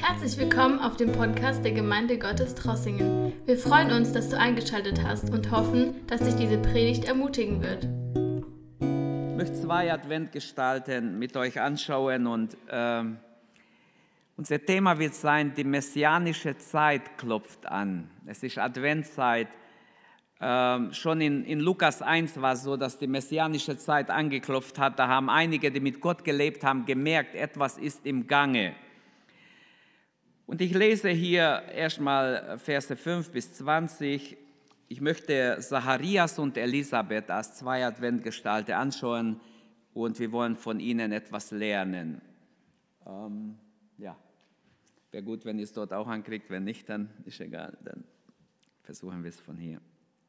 Herzlich willkommen auf dem Podcast der Gemeinde Gottes Trossingen. Wir freuen uns, dass du eingeschaltet hast und hoffen, dass dich diese Predigt ermutigen wird. Ich möchte 2 Adventgestalten mit euch anschauen und unser Thema wird sein, die messianische Zeit klopft an. Es ist Adventszeit. Schon in Lukas 1 war es so, dass die messianische Zeit angeklopft hat. Da haben einige, die mit Gott gelebt haben, gemerkt, etwas ist im Gange. Und ich lese hier erstmal Verse 5 bis 20. Ich möchte Zacharias und Elisabeth als 2 Adventgestalten anschauen und wir wollen von ihnen etwas lernen. Wäre gut, wenn ihr es dort auch ankriegt, wenn nicht, dann ist egal, dann versuchen wir es von hier.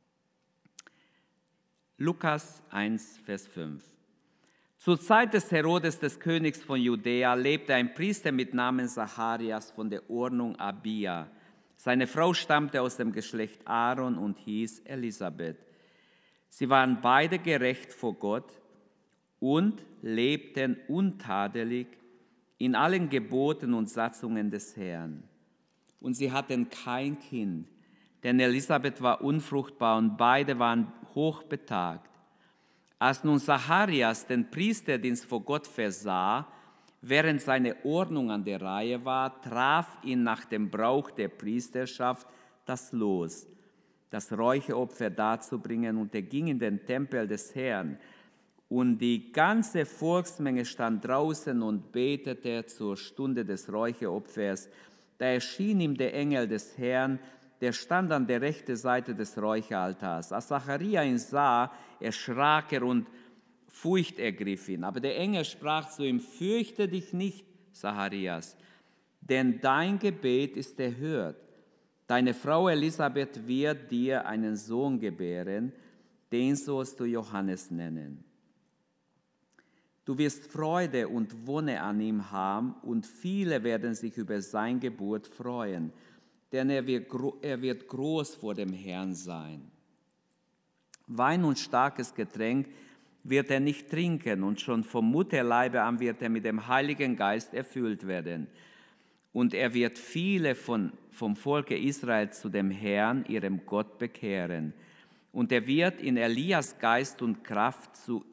Lukas 1, Vers 5. Zur Zeit des Herodes, des Königs von Judäa, lebte ein Priester mit Namen Zacharias von der Ordnung Abia. Seine Frau stammte aus dem Geschlecht Aaron und hieß Elisabeth. Sie waren beide gerecht vor Gott und lebten untadelig in allen Geboten und Satzungen des Herrn. Und sie hatten kein Kind, denn Elisabeth war unfruchtbar und beide waren hochbetagt. Als nun Zacharias den Priesterdienst vor Gott versah, während seine Ordnung an der Reihe war, traf ihn nach dem Brauch der Priesterschaft das Los, das Räucheropfer darzubringen, und er ging in den Tempel des Herrn. Und die ganze Volksmenge stand draußen und betete zur Stunde des Räucheropfers. Da erschien ihm der Engel des Herrn, der stand an der rechten Seite des Räucheraltars. Als Zacharias ihn sah, erschrak er und Furcht ergriff ihn. Aber der Engel sprach zu ihm: Fürchte dich nicht, Zacharias, denn dein Gebet ist erhört. Deine Frau Elisabeth wird dir einen Sohn gebären, den sollst du Johannes nennen. Du wirst Freude und Wonne an ihm haben, und viele werden sich über seine Geburt freuen, denn er wird groß vor dem Herrn sein. Wein und starkes Getränk wird er nicht trinken, und schon vom Mutterleibe an wird er mit dem Heiligen Geist erfüllt werden. Und er wird viele vom Volke Israel zu dem Herrn, ihrem Gott, bekehren. Und er wird in Elias Geist und Kraft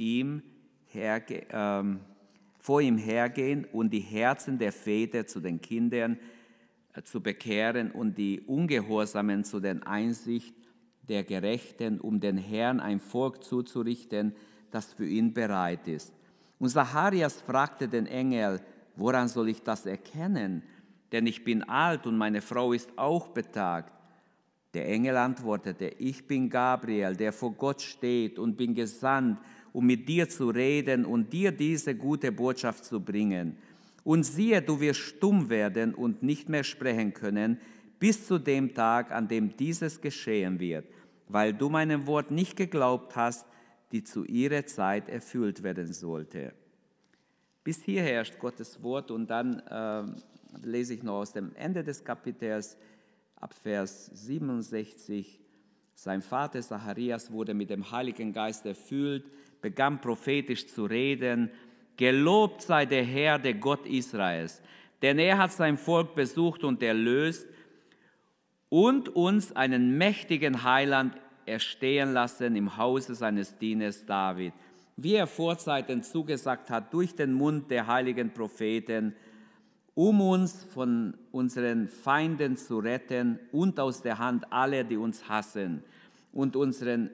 vor ihm hergehen und die Herzen der Väter zu den Kindern zu bekehren und die Ungehorsamen zu der Einsicht der Gerechten, um den Herrn ein Volk zuzurichten, das für ihn bereit ist. Und Zacharias fragte den Engel: Woran soll ich das erkennen? Denn ich bin alt und meine Frau ist auch betagt. Der Engel antwortete: Ich bin Gabriel, der vor Gott steht, und bin gesandt, um mit dir zu reden und dir diese gute Botschaft zu bringen. Und siehe, du wirst stumm werden und nicht mehr sprechen können, bis zu dem Tag, an dem dieses geschehen wird, weil du meinem Wort nicht geglaubt hast, die zu ihrer Zeit erfüllt werden sollte. Bis hierher ist Gottes Wort, und dann lese ich noch aus dem Ende des Kapitels ab Vers 67. Sein Vater Zacharias wurde mit dem Heiligen Geist erfüllt, begann prophetisch zu reden: Gelobt sei der Herr, der Gott Israels, denn er hat sein Volk besucht und erlöst und uns einen mächtigen Heiland erstehen lassen im Hause seines Dieners David, wie er vorzeiten zugesagt hat durch den Mund der heiligen Propheten, um uns von unseren Feinden zu retten und aus der Hand aller, die uns hassen, und unseren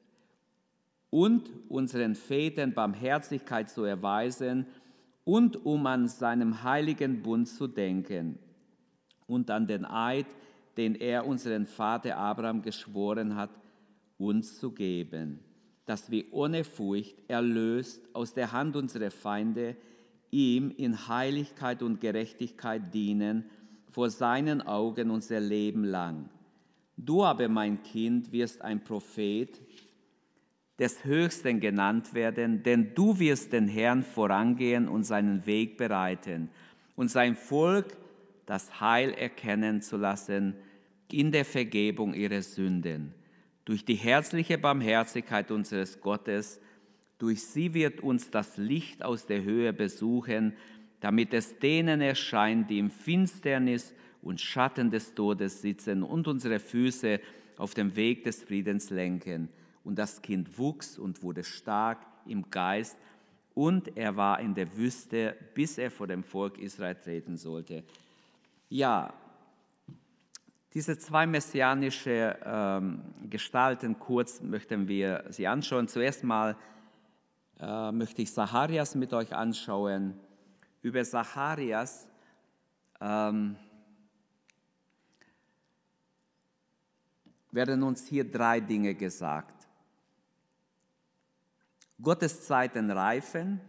Vätern Barmherzigkeit zu erweisen und um an seinem heiligen Bund zu denken und an den Eid, den er unseren Vater Abraham geschworen hat, uns zu geben, dass wir ohne Furcht, erlöst aus der Hand unserer Feinde, ihm in Heiligkeit und Gerechtigkeit dienen, vor seinen Augen unser Leben lang. Du aber, mein Kind, wirst ein Prophet des Höchsten genannt werden, denn du wirst den Herrn vorangehen und seinen Weg bereiten und sein Volk das Heil erkennen zu lassen in der Vergebung ihrer Sünden. Durch die herzliche Barmherzigkeit unseres Gottes, durch sie wird uns das Licht aus der Höhe besuchen, damit es denen erscheint, die im Finsternis und Schatten des Todes sitzen und unsere Füße auf dem Weg des Friedens lenken. Und das Kind wuchs und wurde stark im Geist, und er war in der Wüste, bis er vor dem Volk Israel treten sollte. Ja, diese zwei messianische Gestalten, kurz möchten wir sie anschauen. Zuerst mal möchte ich Zacharias mit euch anschauen. Über Zacharias werden uns hier 3 Dinge gesagt. Gottes Zeiten reifen,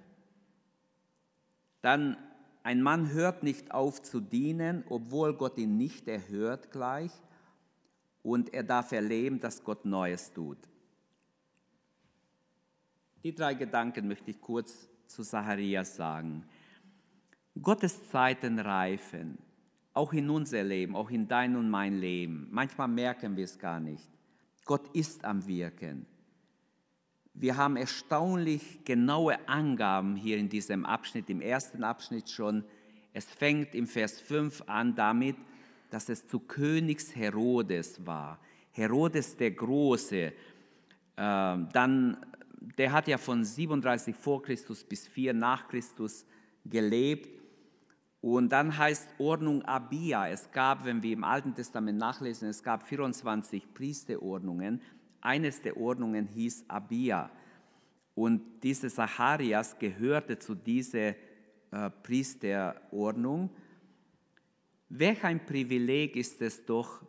dann ein Mann hört nicht auf zu dienen, obwohl Gott ihn nicht erhört gleich, und er darf erleben, dass Gott Neues tut. Die 3 Gedanken möchte ich kurz zu Zacharias sagen. Gottes Zeiten reifen, auch in unser Leben, auch in dein und mein Leben. Manchmal merken wir es gar nicht. Gott ist am Wirken. Wir haben erstaunlich genaue Angaben hier in diesem Abschnitt, im ersten Abschnitt schon. Es fängt im Vers 5 an damit, dass es zu Königs Herodes war. Herodes der Große, der hat ja von 37 vor Christus bis 4 nach Christus gelebt. Und dann heißt Ordnung Abia. Es gab, wenn wir im Alten Testament nachlesen, es gab 24 Priesterordnungen. Eines der Ordnungen hieß Abia. Und dieser Zacharias gehörte zu dieser Priesterordnung. Welch ein Privileg ist es doch,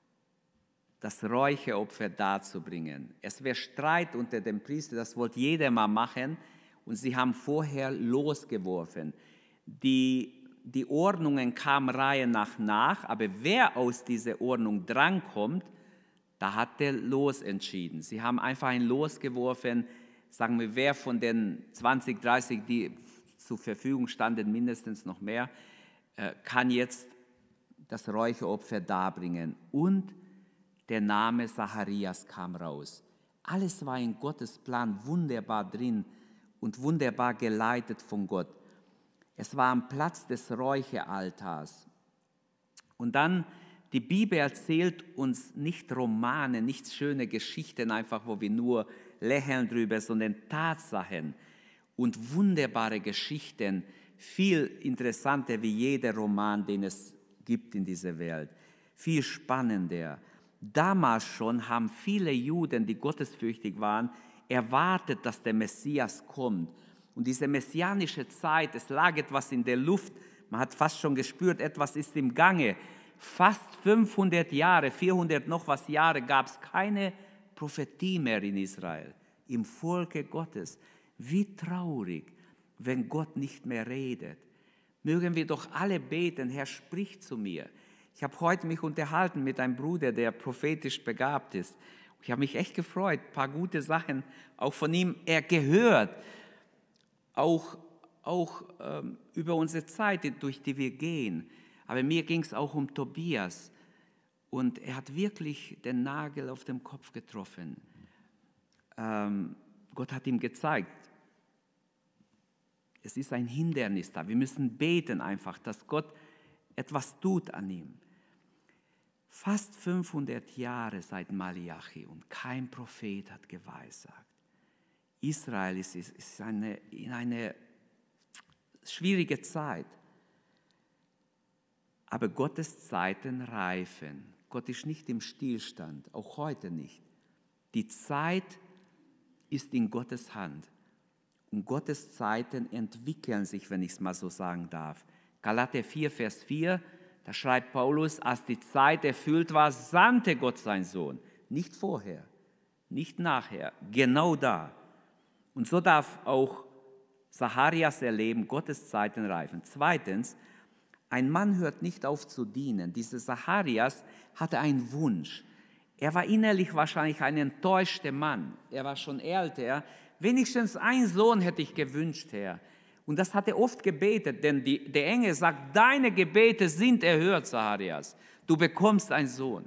das Räucheropfer darzubringen. Es wäre Streit unter den Priestern, das wollte jeder mal machen, und sie haben vorher losgeworfen. Die Ordnungen kamen Reihe nach, aber wer aus dieser Ordnung drankommt, da hat der Los entschieden. Sie haben einfach ein Los geworfen, sagen wir, wer von den 20, 30, die zur Verfügung standen, mindestens noch mehr, kann jetzt das Räucheropfer darbringen. Und der Name Zacharias kam raus. Alles war in Gottes Plan wunderbar drin und wunderbar geleitet von Gott. Es war am Platz des Räuchealtars. Und dann, die Bibel erzählt uns nicht Romane, nicht schöne Geschichten, einfach wo wir nur lächeln drüber, sondern Tatsachen und wunderbare Geschichten, viel interessanter wie jeder Roman, den es gibt in dieser Welt, viel spannender. Damals schon haben viele Juden, die gottesfürchtig waren, erwartet, dass der Messias kommt. Und diese messianische Zeit, es lag etwas in der Luft, man hat fast schon gespürt, etwas ist im Gange. Fast 500 Jahre, 400 noch was Jahre gab es keine Prophetie mehr in Israel, im Volke Gottes. Wie traurig, wenn Gott nicht mehr redet. Mögen wir doch alle beten, Herr, sprich zu mir. Ich habe heute mich unterhalten mit einem Bruder, der prophetisch begabt ist. Ich habe mich echt gefreut, ein paar gute Sachen auch von ihm gehört. Auch über unsere Zeit, durch die wir gehen. Aber mir ging es auch um Tobias. Und er hat wirklich den Nagel auf den Kopf getroffen. Gott hat ihm gezeigt, es ist ein Hindernis da. Wir müssen beten einfach, dass Gott etwas tut an ihm. Fast 500 Jahre seit Malachi und kein Prophet hat geweissagt. Israel ist in eine schwierige Zeit. Aber Gottes Zeiten reifen. Gott ist nicht im Stillstand, auch heute nicht. Die Zeit ist in Gottes Hand. Und Gottes Zeiten entwickeln sich, wenn ich es mal so sagen darf. Galater 4, Vers 4, da schreibt Paulus, als die Zeit erfüllt war, sandte Gott seinen Sohn. Nicht vorher, nicht nachher, genau da. Und so darf auch Zacharias erleben, Gottes Zeiten reifen. Zweitens, ein Mann hört nicht auf zu dienen. Dieser Zacharias hatte einen Wunsch. Er war innerlich wahrscheinlich ein enttäuschter Mann. Er war schon älter. Wenigstens einen Sohn hätte ich gewünscht, Herr. Und das hat er oft gebetet, denn der Engel sagt, deine Gebete sind erhört, Zacharias. Du bekommst einen Sohn.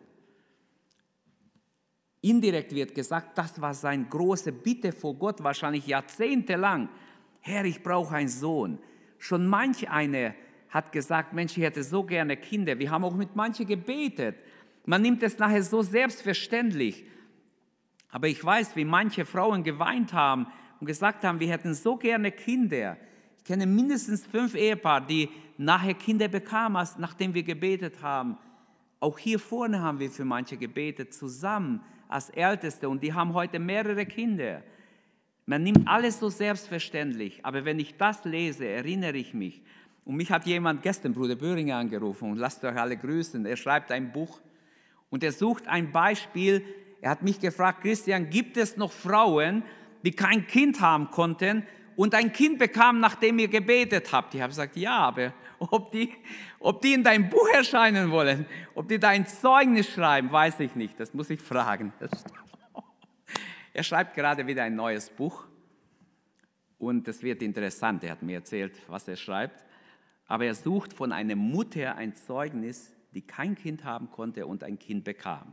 Indirekt wird gesagt, das war seine große Bitte vor Gott, wahrscheinlich jahrzehntelang. Herr, ich brauche einen Sohn. Schon manch eine hat gesagt, Mensch, ich hätte so gerne Kinder. Wir haben auch mit manchen gebetet. Man nimmt es nachher so selbstverständlich. Aber ich weiß, wie manche Frauen geweint haben und gesagt haben, wir hätten so gerne Kinder. Ich kenne mindestens 5 Ehepaare, die nachher Kinder bekamen, nachdem wir gebetet haben. Auch hier vorne haben wir für manche gebetet, zusammen als Älteste. Und die haben heute mehrere Kinder. Man nimmt alles so selbstverständlich. Aber wenn ich das lese, erinnere ich mich. Und mich hat jemand gestern, Bruder Böhringer, angerufen. Und lasst euch alle grüßen. Er schreibt ein Buch. Und er sucht ein Beispiel. Er hat mich gefragt, Christian, gibt es noch Frauen, die kein Kind haben konnten und ein Kind bekamen, nachdem ihr gebetet habt? Ich habe gesagt, ja, aber ob die in dein Buch erscheinen wollen, ob die dein Zeugnis schreiben, weiß ich nicht. Das muss ich fragen. Er schreibt gerade wieder ein neues Buch und das wird interessant. Er hat mir erzählt, was er schreibt. Aber er sucht von einer Mutter ein Zeugnis, die kein Kind haben konnte und ein Kind bekam.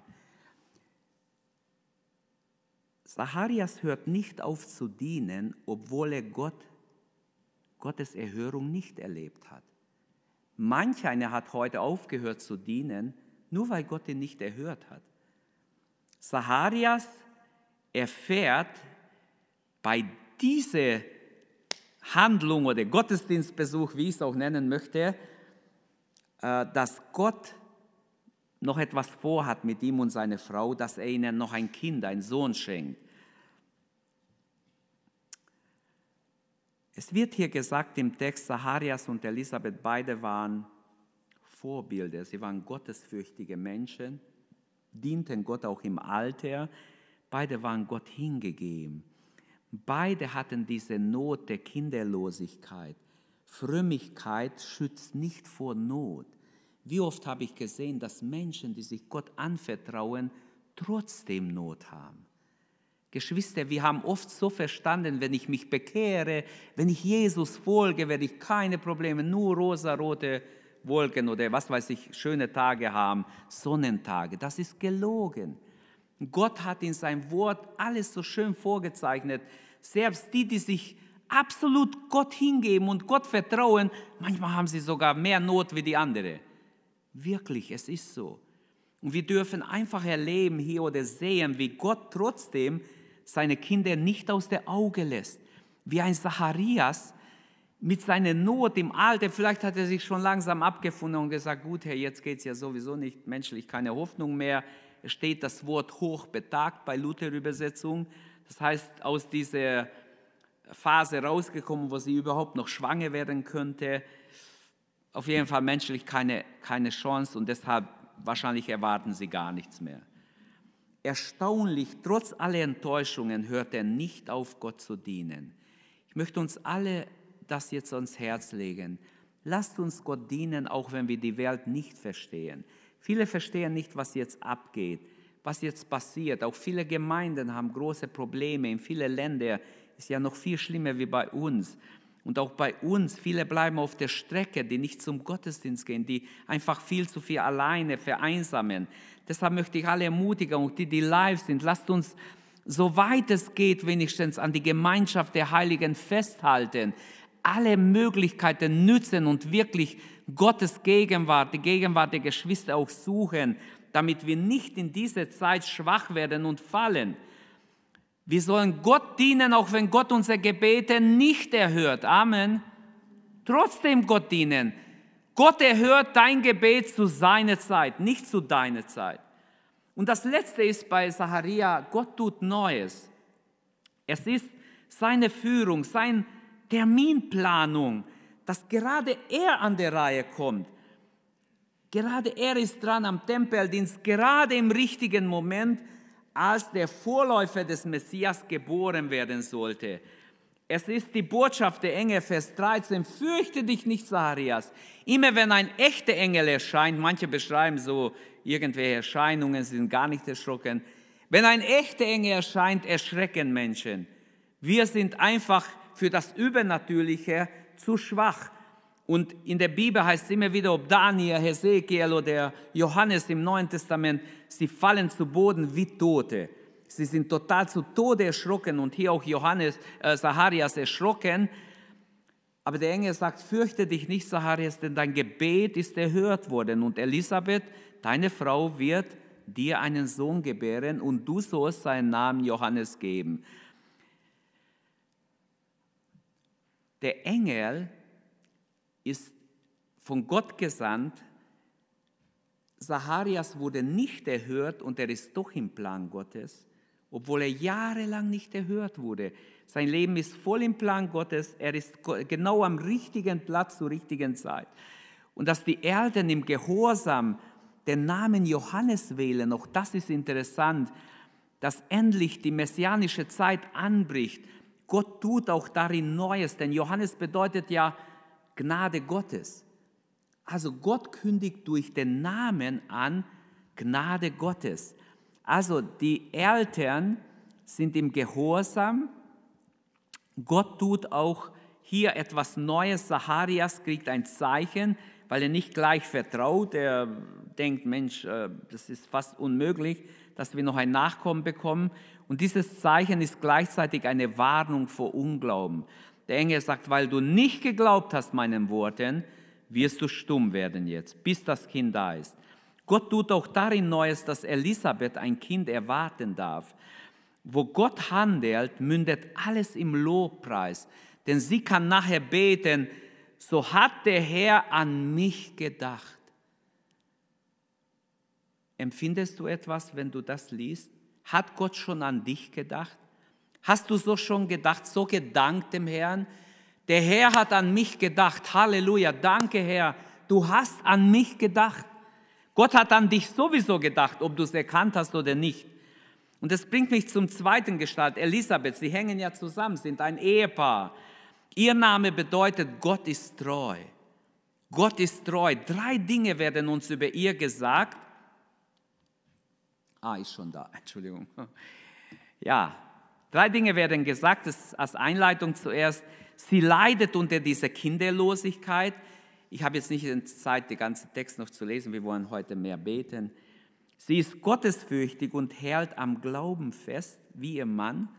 Zacharias hört nicht auf zu dienen, obwohl er Gottes Erhörung nicht erlebt hat. Manch einer hat heute aufgehört zu dienen, nur weil Gott ihn nicht erhört hat. Zacharias erfährt bei dieser Handlung oder Gottesdienstbesuch, wie ich es auch nennen möchte, dass Gott noch etwas vorhat mit ihm und seiner Frau, dass er ihnen noch ein Kind, einen Sohn schenkt. Es wird hier gesagt im Text, Zacharias und Elisabeth, beide waren Vorbilder. Sie waren gottesfürchtige Menschen, dienten Gott auch im Alter. Beide waren Gott hingegeben. Beide hatten diese Not der Kinderlosigkeit. Frömmigkeit schützt nicht vor Not. Wie oft habe ich gesehen, dass Menschen, die sich Gott anvertrauen, trotzdem Not haben. Geschwister, wir haben oft so verstanden, wenn ich mich bekehre, wenn ich Jesus folge, werde ich keine Probleme, nur rosarote Wolken oder was weiß ich, schöne Tage haben, Sonnentage. Das ist gelogen. Gott hat in seinem Wort alles so schön vorgezeichnet. Selbst die sich absolut Gott hingeben und Gott vertrauen, manchmal haben sie sogar mehr Not wie die anderen. Wirklich, es ist so. Und wir dürfen einfach erleben hier oder sehen, wie Gott trotzdem seine Kinder nicht aus den Augen lässt. Wie ein Zacharias mit seiner Not im Alter, vielleicht hat er sich schon langsam abgefunden und gesagt, gut Herr, jetzt geht es ja sowieso nicht menschlich, keine Hoffnung mehr. Es steht das Wort hochbetagt bei Luther-Übersetzung. Das heißt, aus dieser Phase rausgekommen, wo sie überhaupt noch schwanger werden könnte. Auf jeden Fall menschlich keine Chance und deshalb wahrscheinlich erwarten sie gar nichts mehr. Erstaunlich, trotz aller Enttäuschungen hört er nicht auf, Gott zu dienen. Ich möchte uns alle das jetzt ans Herz legen. Lasst uns Gott dienen, auch wenn wir die Welt nicht verstehen. Viele verstehen nicht, was jetzt abgeht, was jetzt passiert. Auch viele Gemeinden haben große Probleme. In vielen Ländern ist ja noch viel schlimmer wie bei uns. Und auch bei uns, viele bleiben auf der Strecke, die nicht zum Gottesdienst gehen, die einfach viel zu viel alleine vereinsamen. Deshalb möchte ich alle ermutigen, auch die live sind, lasst uns, soweit es geht, wenigstens an die Gemeinschaft der Heiligen festhalten, alle Möglichkeiten nützen und wirklich Gottes Gegenwart, die Gegenwart der Geschwister auch suchen, damit wir nicht in dieser Zeit schwach werden und fallen. Wir sollen Gott dienen, auch wenn Gott unsere Gebete nicht erhört. Amen. Trotzdem Gott dienen. Gott erhört dein Gebet zu seiner Zeit, nicht zu deiner Zeit. Und das Letzte ist bei Zacharia, Gott tut Neues. Es ist seine Führung, seine Terminplanung, dass gerade er an der Reihe kommt. Gerade er ist dran am Tempeldienst, gerade im richtigen Moment, als der Vorläufer des Messias geboren werden sollte. Es ist die Botschaft der Engel, Vers 13, fürchte dich nicht, Zacharias. Immer wenn ein echter Engel erscheint, manche beschreiben so irgendwelche Erscheinungen, sie sind gar nicht erschrocken. Wenn ein echter Engel erscheint, erschrecken Menschen. Wir sind einfach für das Übernatürliche zu schwach. Und in der Bibel heißt es immer wieder, ob Daniel, Hesekiel oder Johannes im Neuen Testament, sie fallen zu Boden wie Tote. Sie sind total zu Tode erschrocken und hier auch Zacharias erschrocken. Aber der Engel sagt, fürchte dich nicht, Zacharias, denn dein Gebet ist erhört worden. Und Elisabeth, deine Frau, wird dir einen Sohn gebären und du sollst seinen Namen Johannes geben. Der Engel ist von Gott gesandt. Zacharias wurde nicht erhört und er ist doch im Plan Gottes, obwohl er jahrelang nicht erhört wurde. Sein Leben ist voll im Plan Gottes. Er ist genau am richtigen Platz zur richtigen Zeit. Und dass die Eltern im Gehorsam den Namen Johannes wählen, auch das ist interessant, dass endlich die messianische Zeit anbricht. Gott tut auch darin Neues, denn Johannes bedeutet ja Gnade Gottes. Also Gott kündigt durch den Namen an Gnade Gottes. Also die Eltern sind im Gehorsam. Gott tut auch hier etwas Neues. Zacharias kriegt ein Zeichen, weil er nicht gleich vertraut. Er denkt, Mensch, das ist fast unmöglich, dass wir noch ein Nachkommen bekommen. Und dieses Zeichen ist gleichzeitig eine Warnung vor Unglauben. Der Engel sagt, weil du nicht geglaubt hast meinen Worten, wirst du stumm werden jetzt, bis das Kind da ist. Gott tut auch darin Neues, dass Elisabeth ein Kind erwarten darf. Wo Gott handelt, mündet alles im Lobpreis. Denn sie kann nachher beten, so hat der Herr an mich gedacht. Empfindest du etwas, wenn du das liest? Hat Gott schon an dich gedacht? Hast du so schon gedacht, so gedankt dem Herrn? Der Herr hat an mich gedacht. Halleluja, danke Herr, du hast an mich gedacht. Gott hat an dich sowieso gedacht, ob du es erkannt hast oder nicht. Und das bringt mich zum zweiten Gestalt, Elisabeth. Sie hängen ja zusammen, sind ein Ehepaar. Ihr Name bedeutet, Gott ist treu. Gott ist treu. 3 Dinge werden uns über ihr gesagt. Ist schon da, Entschuldigung. Ja, 3 Dinge werden gesagt, das als Einleitung zuerst. Sie leidet unter dieser Kinderlosigkeit. Ich habe jetzt nicht Zeit, den ganzen Text noch zu lesen, wir wollen heute mehr beten. Sie ist gottesfürchtig und hält am Glauben fest, wie ihr Mann.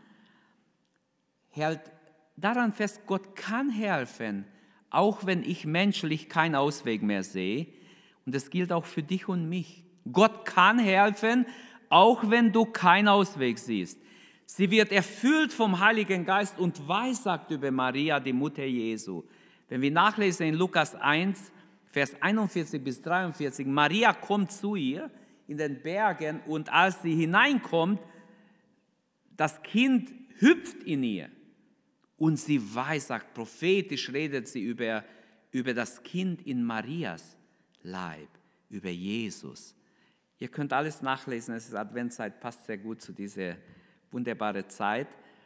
Hält daran fest, Gott kann helfen, auch wenn ich menschlich keinen Ausweg mehr sehe. Und das gilt auch für dich und mich. Gott kann helfen, auch wenn du keinen Ausweg siehst. Sie wird erfüllt vom Heiligen Geist und weissagt über Maria, die Mutter Jesu. Wenn wir nachlesen in Lukas 1, Vers 41 bis 43, Maria kommt zu ihr in den Bergen und als sie hineinkommt, das Kind hüpft in ihr und sie weissagt, prophetisch redet sie über das Kind in Marias Leib, über Jesus. Ihr könnt alles nachlesen, es ist Adventszeit, passt sehr gut zu dieser wunderbaren Zeit.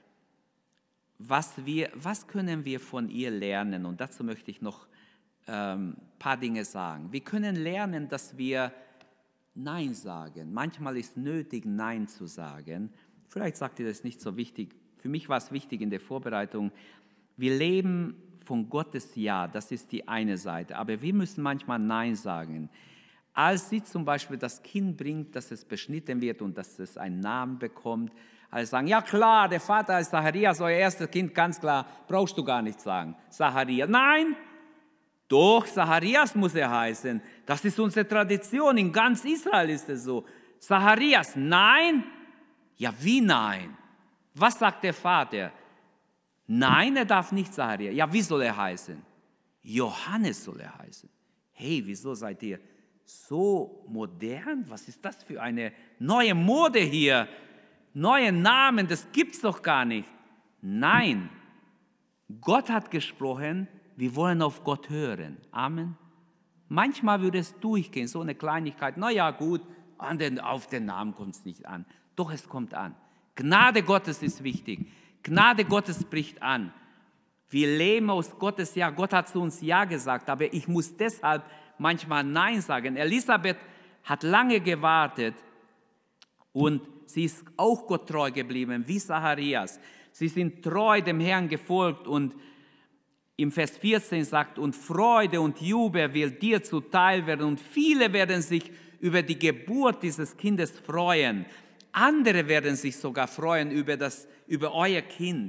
Was können wir von ihr lernen? Und dazu möchte ich noch ein paar Dinge sagen. Wir können lernen, dass wir Nein sagen. Manchmal ist nötig, Nein zu sagen. Vielleicht sagt ihr das nicht so wichtig. Für mich war es wichtig in der Vorbereitung. Wir leben von Gottes Ja, das ist die eine Seite. Aber wir müssen manchmal Nein sagen. Als sie zum Beispiel das Kind bringt, dass es beschnitten wird und dass es einen Namen bekommt, alle sagen, ja klar, der Vater ist Zacharias, euer erstes Kind, ganz klar, brauchst du gar nicht sagen. Zacharias, nein, doch, Zacharias muss er heißen. Das ist unsere Tradition, in ganz Israel ist es so. Zacharias, nein? Ja, wie nein? Was sagt der Vater? Nein, er darf nicht Zacharias. Ja, wie soll er heißen? Johannes soll er heißen. Hey, wieso seid ihr so modern? Was ist das für eine neue Mode hier? Neue Namen, das gibt's doch gar nicht. Nein, Gott hat gesprochen, wir wollen auf Gott hören. Amen. Manchmal würde es durchgehen, so eine Kleinigkeit. Na ja, gut, auf den Namen kommt es nicht an. Doch, es kommt an. Gnade Gottes ist wichtig. Gnade Gottes bricht an. Wir leben aus Gottes Ja. Gott hat zu uns Ja gesagt, aber ich muss deshalb manchmal Nein sagen. Elisabeth hat lange gewartet und sie ist auch Gott treu geblieben, wie Zacharias. Sie sind treu dem Herrn gefolgt und im Vers 14 sagt, und Freude und Jubel will dir zuteil werden und viele werden sich über die Geburt dieses Kindes freuen. Andere werden sich sogar freuen über euer Kind.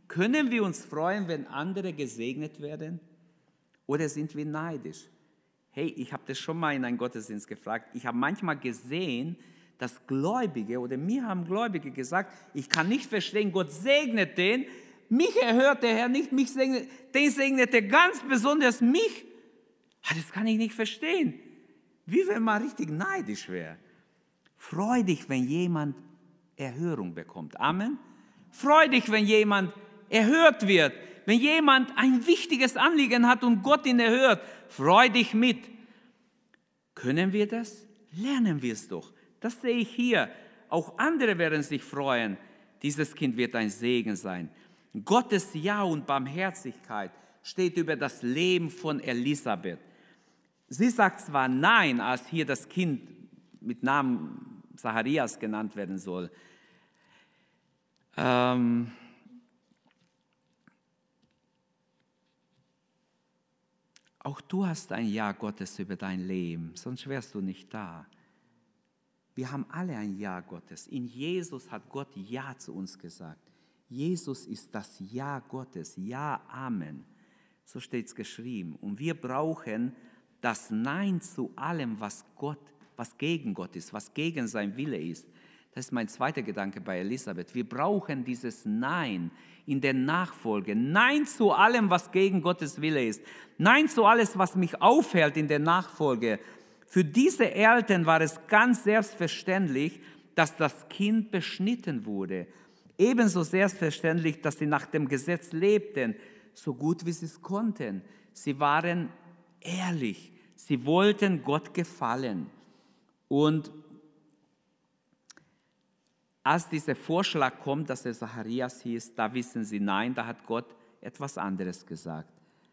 Können wir uns freuen, wenn andere gesegnet werden? Oder sind wir neidisch? Hey, ich habe das schon mal in einem Gottesdienst gefragt. Ich habe manchmal gesehen, dass Gläubige oder mir haben Gläubige gesagt, ich kann nicht verstehen, Gott segnet den, mich erhört der Herr nicht, den segnet er ganz besonders mich. Das kann ich nicht verstehen. Wie wenn man richtig neidisch wäre. Freu dich, wenn jemand Erhörung bekommt. Amen. Freu dich, wenn jemand erhört wird. Wenn jemand ein wichtiges Anliegen hat und Gott ihn erhört. Freu dich mit. Können wir das? Lernen wir es doch. Das sehe ich hier. Auch andere werden sich freuen. Dieses Kind wird ein Segen sein. Gottes Ja und Barmherzigkeit steht über das Leben von Elisabeth. Sie sagt zwar Nein, als hier das Kind mit Namen Zacharias genannt werden soll. Auch du hast ein Ja Gottes über dein Leben, sonst wärst du nicht da. Wir haben alle ein Ja Gottes. In Jesus hat Gott Ja zu uns gesagt. Jesus ist das Ja Gottes. Ja, Amen. So steht es geschrieben. Und wir brauchen das Nein zu allem, was gegen Gott ist, was gegen sein Wille ist. Das ist mein zweiter Gedanke bei Elisabeth. Wir brauchen dieses Nein in der Nachfolge. Nein zu allem, was gegen Gottes Wille ist. Nein zu alles, was mich aufhält in der Nachfolge. Für diese Eltern war es ganz selbstverständlich, dass das Kind beschnitten wurde. Ebenso selbstverständlich, dass sie nach dem Gesetz lebten, so gut wie sie es konnten. Sie waren ehrlich. Sie wollten Gott gefallen. Und als dieser Vorschlag kommt, dass er Zacharias hieß, da wissen sie, nein, da hat Gott etwas anderes gesagt.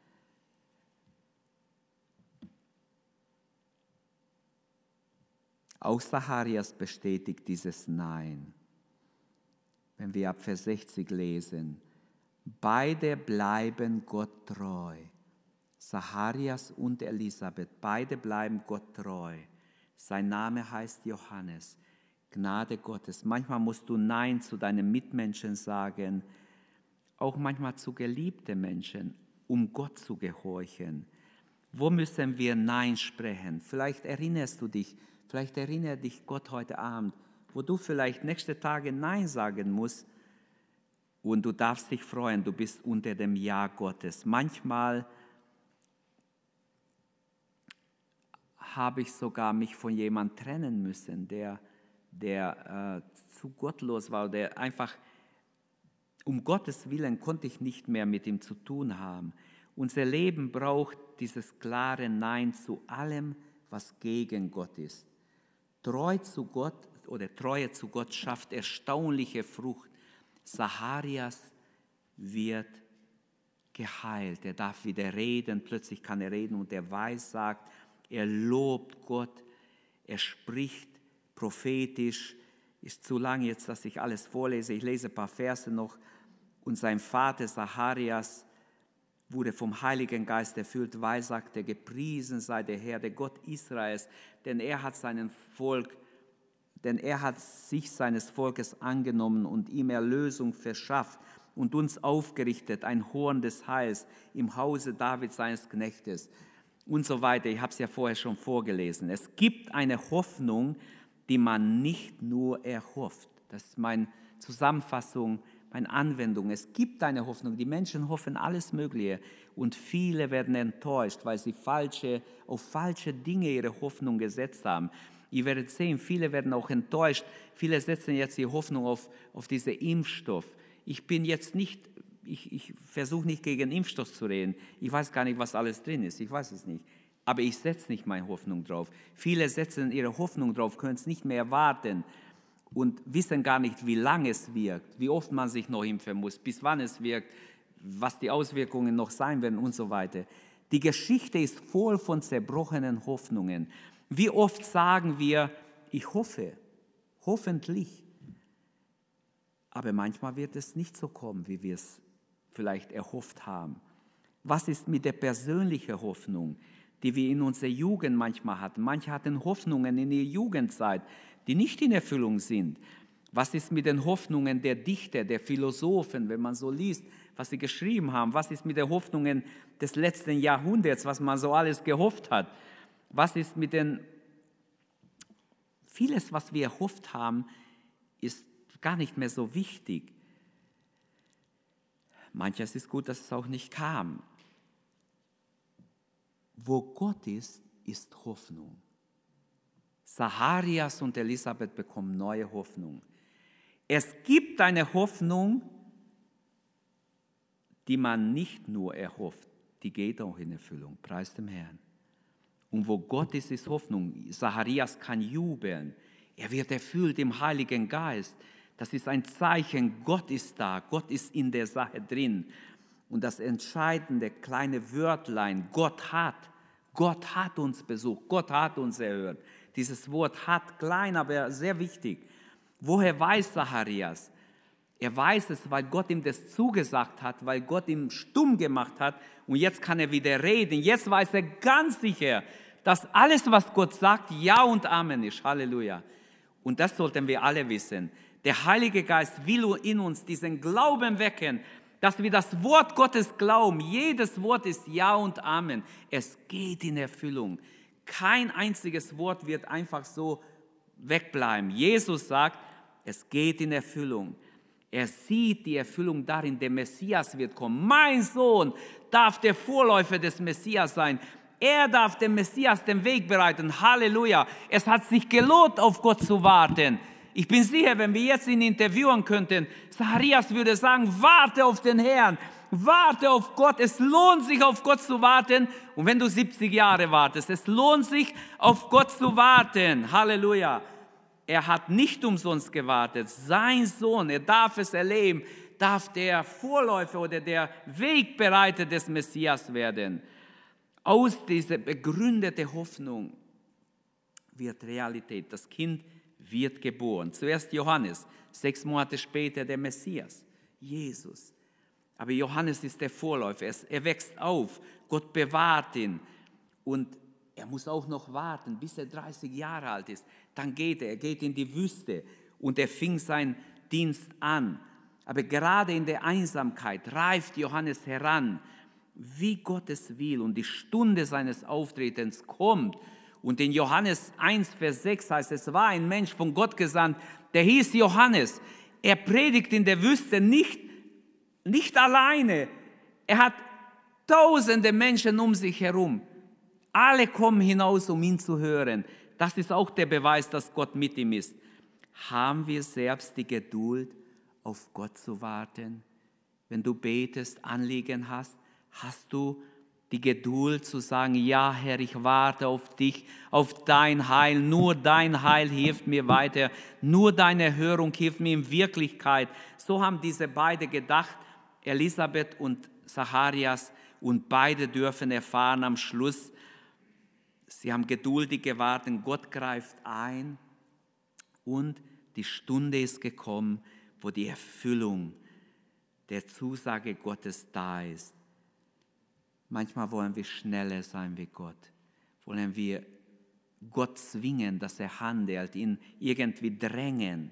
Auch Zacharias bestätigt dieses Nein. Wenn wir ab Vers 60 lesen, beide bleiben Gott treu. Zacharias und Elisabeth, beide bleiben Gott treu. Sein Name heißt Johannes. Gnade Gottes. Manchmal musst du Nein zu deinen Mitmenschen sagen, auch manchmal zu geliebten Menschen, um Gott zu gehorchen. Wo müssen wir Nein sprechen? Vielleicht erinnerst du dich, vielleicht erinnert dich Gott heute Abend, wo du vielleicht nächste Tage Nein sagen musst und du darfst dich freuen, du bist unter dem Ja Gottes. Manchmal habe ich sogar mich von jemandem trennen müssen, der zu gottlos war, der einfach, um Gottes Willen konnte ich nicht mehr mit ihm zu tun haben. Unser Leben braucht dieses klare Nein zu allem, was gegen Gott ist. Treue zu Gott schafft erstaunliche Frucht. Zacharias wird geheilt, er darf wieder reden, plötzlich kann er reden und er weissagt, er lobt Gott, er spricht prophetisch, ist zu lang jetzt, dass ich alles vorlese. Ich lese ein paar Verse noch. Und sein Vater Zacharias wurde vom Heiligen Geist erfüllt, weissagte, gepriesen sei der Herr, der Gott Israels, denn er hat sich seines Volkes angenommen und ihm Erlösung verschafft und uns aufgerichtet, ein Horn des Heils im Hause Davids seines Knechtes und so weiter. Ich habe es ja vorher schon vorgelesen. Es gibt eine Hoffnung, die man nicht nur erhofft. Das ist meine Zusammenfassung, meine Anwendung. Es gibt eine Hoffnung. Die Menschen hoffen alles Mögliche und viele werden enttäuscht, weil sie auf falsche Dinge ihre Hoffnung gesetzt haben. Ihr werdet sehen, viele werden auch enttäuscht. Viele setzen jetzt die Hoffnung auf diesen Impfstoff. Ich versuche nicht gegen Impfstoff zu reden. Ich weiß gar nicht, was alles drin ist. Ich weiß es nicht. Aber ich setze nicht meine Hoffnung drauf. Viele setzen ihre Hoffnung drauf, können es nicht mehr erwarten und wissen gar nicht, wie lange es wirkt, wie oft man sich noch impfen muss, bis wann es wirkt, was die Auswirkungen noch sein werden und so weiter. Die Geschichte ist voll von zerbrochenen Hoffnungen. Wie oft sagen wir, ich hoffe, hoffentlich. Aber manchmal wird es nicht so kommen, wie wir es vielleicht erhofft haben. Was ist mit der persönlichen Hoffnung, die wir in unserer Jugend manchmal hatten? Manche hatten Hoffnungen in ihrer Jugendzeit, die nicht in Erfüllung sind. Was ist mit den Hoffnungen der Dichter, der Philosophen, wenn man so liest, was sie geschrieben haben? Was ist mit den Hoffnungen des letzten Jahrhunderts, was man so alles gehofft hat? Was ist mit den... Vieles, was wir erhofft haben, ist gar nicht mehr so wichtig. Manches ist gut, dass es auch nicht kam. Wo Gott ist, ist Hoffnung. Zacharias und Elisabeth bekommen neue Hoffnung. Es gibt eine Hoffnung, die man nicht nur erhofft, die geht auch in Erfüllung. Preis dem Herrn. Und wo Gott ist, ist Hoffnung. Zacharias kann jubeln. Er wird erfüllt im Heiligen Geist. Das ist ein Zeichen, Gott ist da, Gott ist in der Sache drin. Und das entscheidende kleine Wörtlein, Gott hat uns besucht, Gott hat uns erhört. Dieses Wort hat, klein, aber sehr wichtig. Woher weiß Zacharias? Er weiß es, weil Gott ihm das zugesagt hat, weil Gott ihn stumm gemacht hat und jetzt kann er wieder reden. Jetzt weiß er ganz sicher, dass alles, was Gott sagt, Ja und Amen ist. Halleluja. Und das sollten wir alle wissen. Der Heilige Geist will in uns diesen Glauben wecken, dass wir das Wort Gottes glauben. Jedes Wort ist Ja und Amen. Es geht in Erfüllung. Kein einziges Wort wird einfach so wegbleiben. Jesus sagt, es geht in Erfüllung. Er sieht die Erfüllung darin, der Messias wird kommen. Mein Sohn darf der Vorläufer des Messias sein. Er darf dem Messias den Weg bereiten. Halleluja. Es hat sich gelohnt, auf Gott zu warten. Ich bin sicher, wenn wir jetzt ihn interviewen könnten, Zacharias würde sagen, warte auf den Herrn, warte auf Gott. Es lohnt sich, auf Gott zu warten. Und wenn du 70 Jahre wartest, es lohnt sich, auf Gott zu warten. Halleluja. Er hat nicht umsonst gewartet. Sein Sohn, er darf es erleben, darf der Vorläufer oder der Wegbereiter des Messias werden. Aus dieser begründeten Hoffnung wird Realität. Das Kind wird geboren. Zuerst Johannes, 6 Monate später der Messias, Jesus. Aber Johannes ist der Vorläufer. Er wächst auf. Gott bewahrt ihn. Und er muss auch noch warten, bis er 30 Jahre alt ist. Dann geht er geht in die Wüste und er fing seinen Dienst an. Aber gerade in der Einsamkeit reift Johannes heran, wie Gott es will. Und die Stunde seines Auftretens kommt. Und in Johannes 1, Vers 6 heißt es, war ein Mensch von Gott gesandt, der hieß Johannes. Er predigt in der Wüste nicht alleine. Er hat tausende Menschen um sich herum. Alle kommen hinaus, um ihn zu hören. Das ist auch der Beweis, dass Gott mit ihm ist. Haben wir selbst die Geduld, auf Gott zu warten? Wenn du betest, Anliegen hast, hast du die Geduld zu sagen, ja Herr, ich warte auf dich, auf dein Heil. Nur dein Heil hilft mir weiter. Nur deine Erhörung hilft mir in Wirklichkeit. So haben diese beide gedacht, Elisabeth und Zacharias. Und beide dürfen erfahren am Schluss, sie haben geduldig gewartet, Gott greift ein und die Stunde ist gekommen, wo die Erfüllung der Zusage Gottes da ist. Manchmal wollen wir schneller sein wie Gott. Wollen wir Gott zwingen, dass er handelt, ihn irgendwie drängen.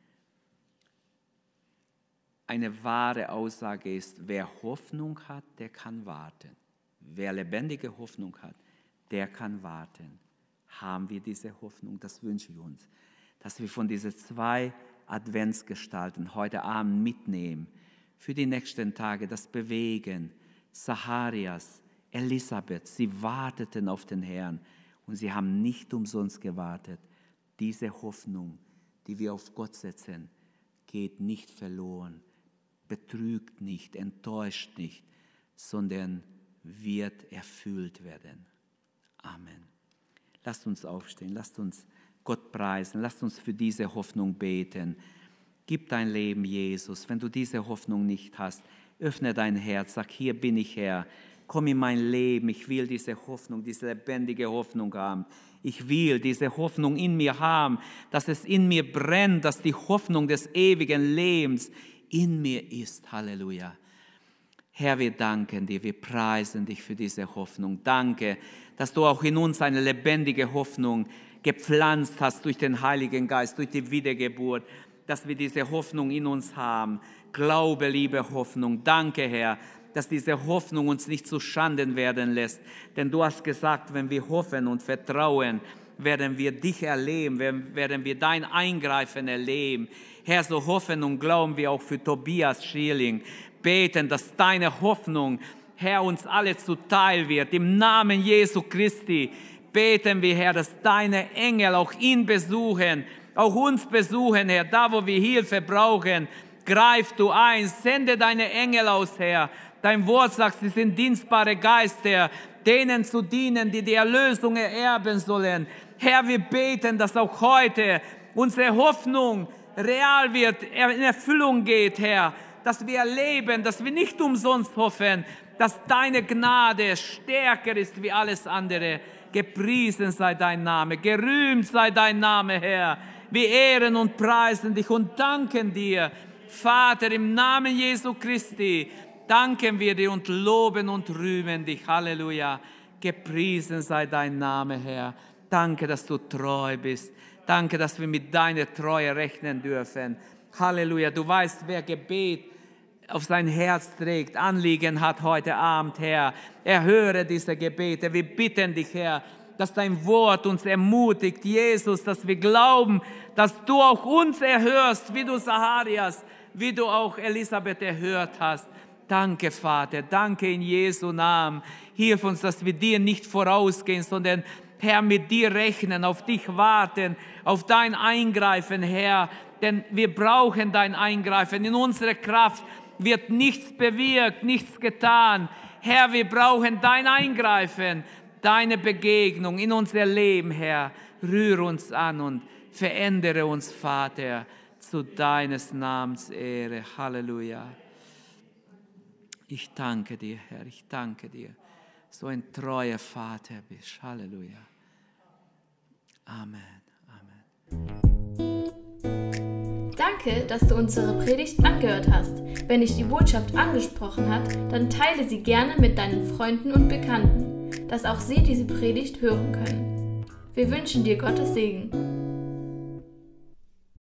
Eine wahre Aussage ist, wer Hoffnung hat, der kann warten. Wer lebendige Hoffnung hat, der kann warten. Haben wir diese Hoffnung? Das wünsche ich uns. Dass wir von diesen 2 Adventsgestalten heute Abend mitnehmen. Für die nächsten Tage das bewegen. Zacharias, Elisabeth, sie warteten auf den Herrn. Und sie haben nicht umsonst gewartet. Diese Hoffnung, die wir auf Gott setzen, geht nicht verloren. Betrügt nicht, enttäuscht nicht, sondern wird erfüllt werden. Amen. Lasst uns aufstehen, lasst uns Gott preisen, lasst uns für diese Hoffnung beten. Gib dein Leben Jesus. Wenn du diese Hoffnung nicht hast, öffne dein Herz, sag, hier bin ich Herr. Komm in mein Leben, ich will diese Hoffnung, diese lebendige Hoffnung haben. Ich will diese Hoffnung in mir haben, dass es in mir brennt, dass die Hoffnung des ewigen Lebens in mir ist. Halleluja. Herr, wir danken dir, wir preisen dich für diese Hoffnung. Danke, dass du auch in uns eine lebendige Hoffnung gepflanzt hast durch den Heiligen Geist, durch die Wiedergeburt. dass wir diese Hoffnung in uns haben. Glaube, Liebe, Hoffnung. Danke, Herr, dass diese Hoffnung uns nicht zu Schanden werden lässt. Denn du hast gesagt, wenn wir hoffen und vertrauen, werden wir dich erleben, werden wir dein Eingreifen erleben. Herr, so hoffen und glauben wir auch für Tobias Schierling. Beten, dass deine Hoffnung, Herr, uns alle zuteil wird. Im Namen Jesu Christi beten wir, Herr, dass deine Engel auch ihn besuchen, auch uns besuchen, Herr. Da, wo wir Hilfe brauchen, greif du ein, sende deine Engel aus, Herr. Dein Wort sagt, sie sind dienstbare Geister, denen zu dienen, die die Erlösung ererben sollen. Herr, wir beten, dass auch heute unsere Hoffnung real wird, in Erfüllung geht, Herr. Dass wir erleben, dass wir nicht umsonst hoffen, dass deine Gnade stärker ist wie alles andere. Gepriesen sei dein Name, gerühmt sei dein Name, Herr. Wir ehren und preisen dich und danken dir, Vater, im Namen Jesu Christi. Danken wir dir und loben und rühmen dich. Halleluja. Gepriesen sei dein Name, Herr. Danke, dass du treu bist. Danke, dass wir mit deiner Treue rechnen dürfen. Halleluja. Du weißt, wer Gebet auf sein Herz trägt, Anliegen hat heute Abend, Herr. Erhöre diese Gebete. Wir bitten dich, Herr, dass dein Wort uns ermutigt, Jesus, dass wir glauben, dass du auch uns erhörst, wie du Zacharias, wie du auch Elisabeth erhört hast. Danke, Vater, danke in Jesu Namen. Hilf uns, dass wir dir nicht vorausgehen, sondern, Herr, mit dir rechnen, auf dich warten, auf dein Eingreifen, Herr. Denn wir brauchen dein Eingreifen. In unserer Kraft wird nichts bewirkt, nichts getan. Herr, wir brauchen dein Eingreifen, deine Begegnung in unser Leben, Herr. Rühre uns an und verändere uns, Vater, zu deines Namens Ehre. Halleluja. Ich danke dir, Herr, ich danke dir. So ein treuer Vater bist. Halleluja. Amen. Amen. Danke, dass du unsere Predigt angehört hast. Wenn dich die Botschaft angesprochen hat, dann teile sie gerne mit deinen Freunden und Bekannten, dass auch sie diese Predigt hören können. Wir wünschen dir Gottes Segen.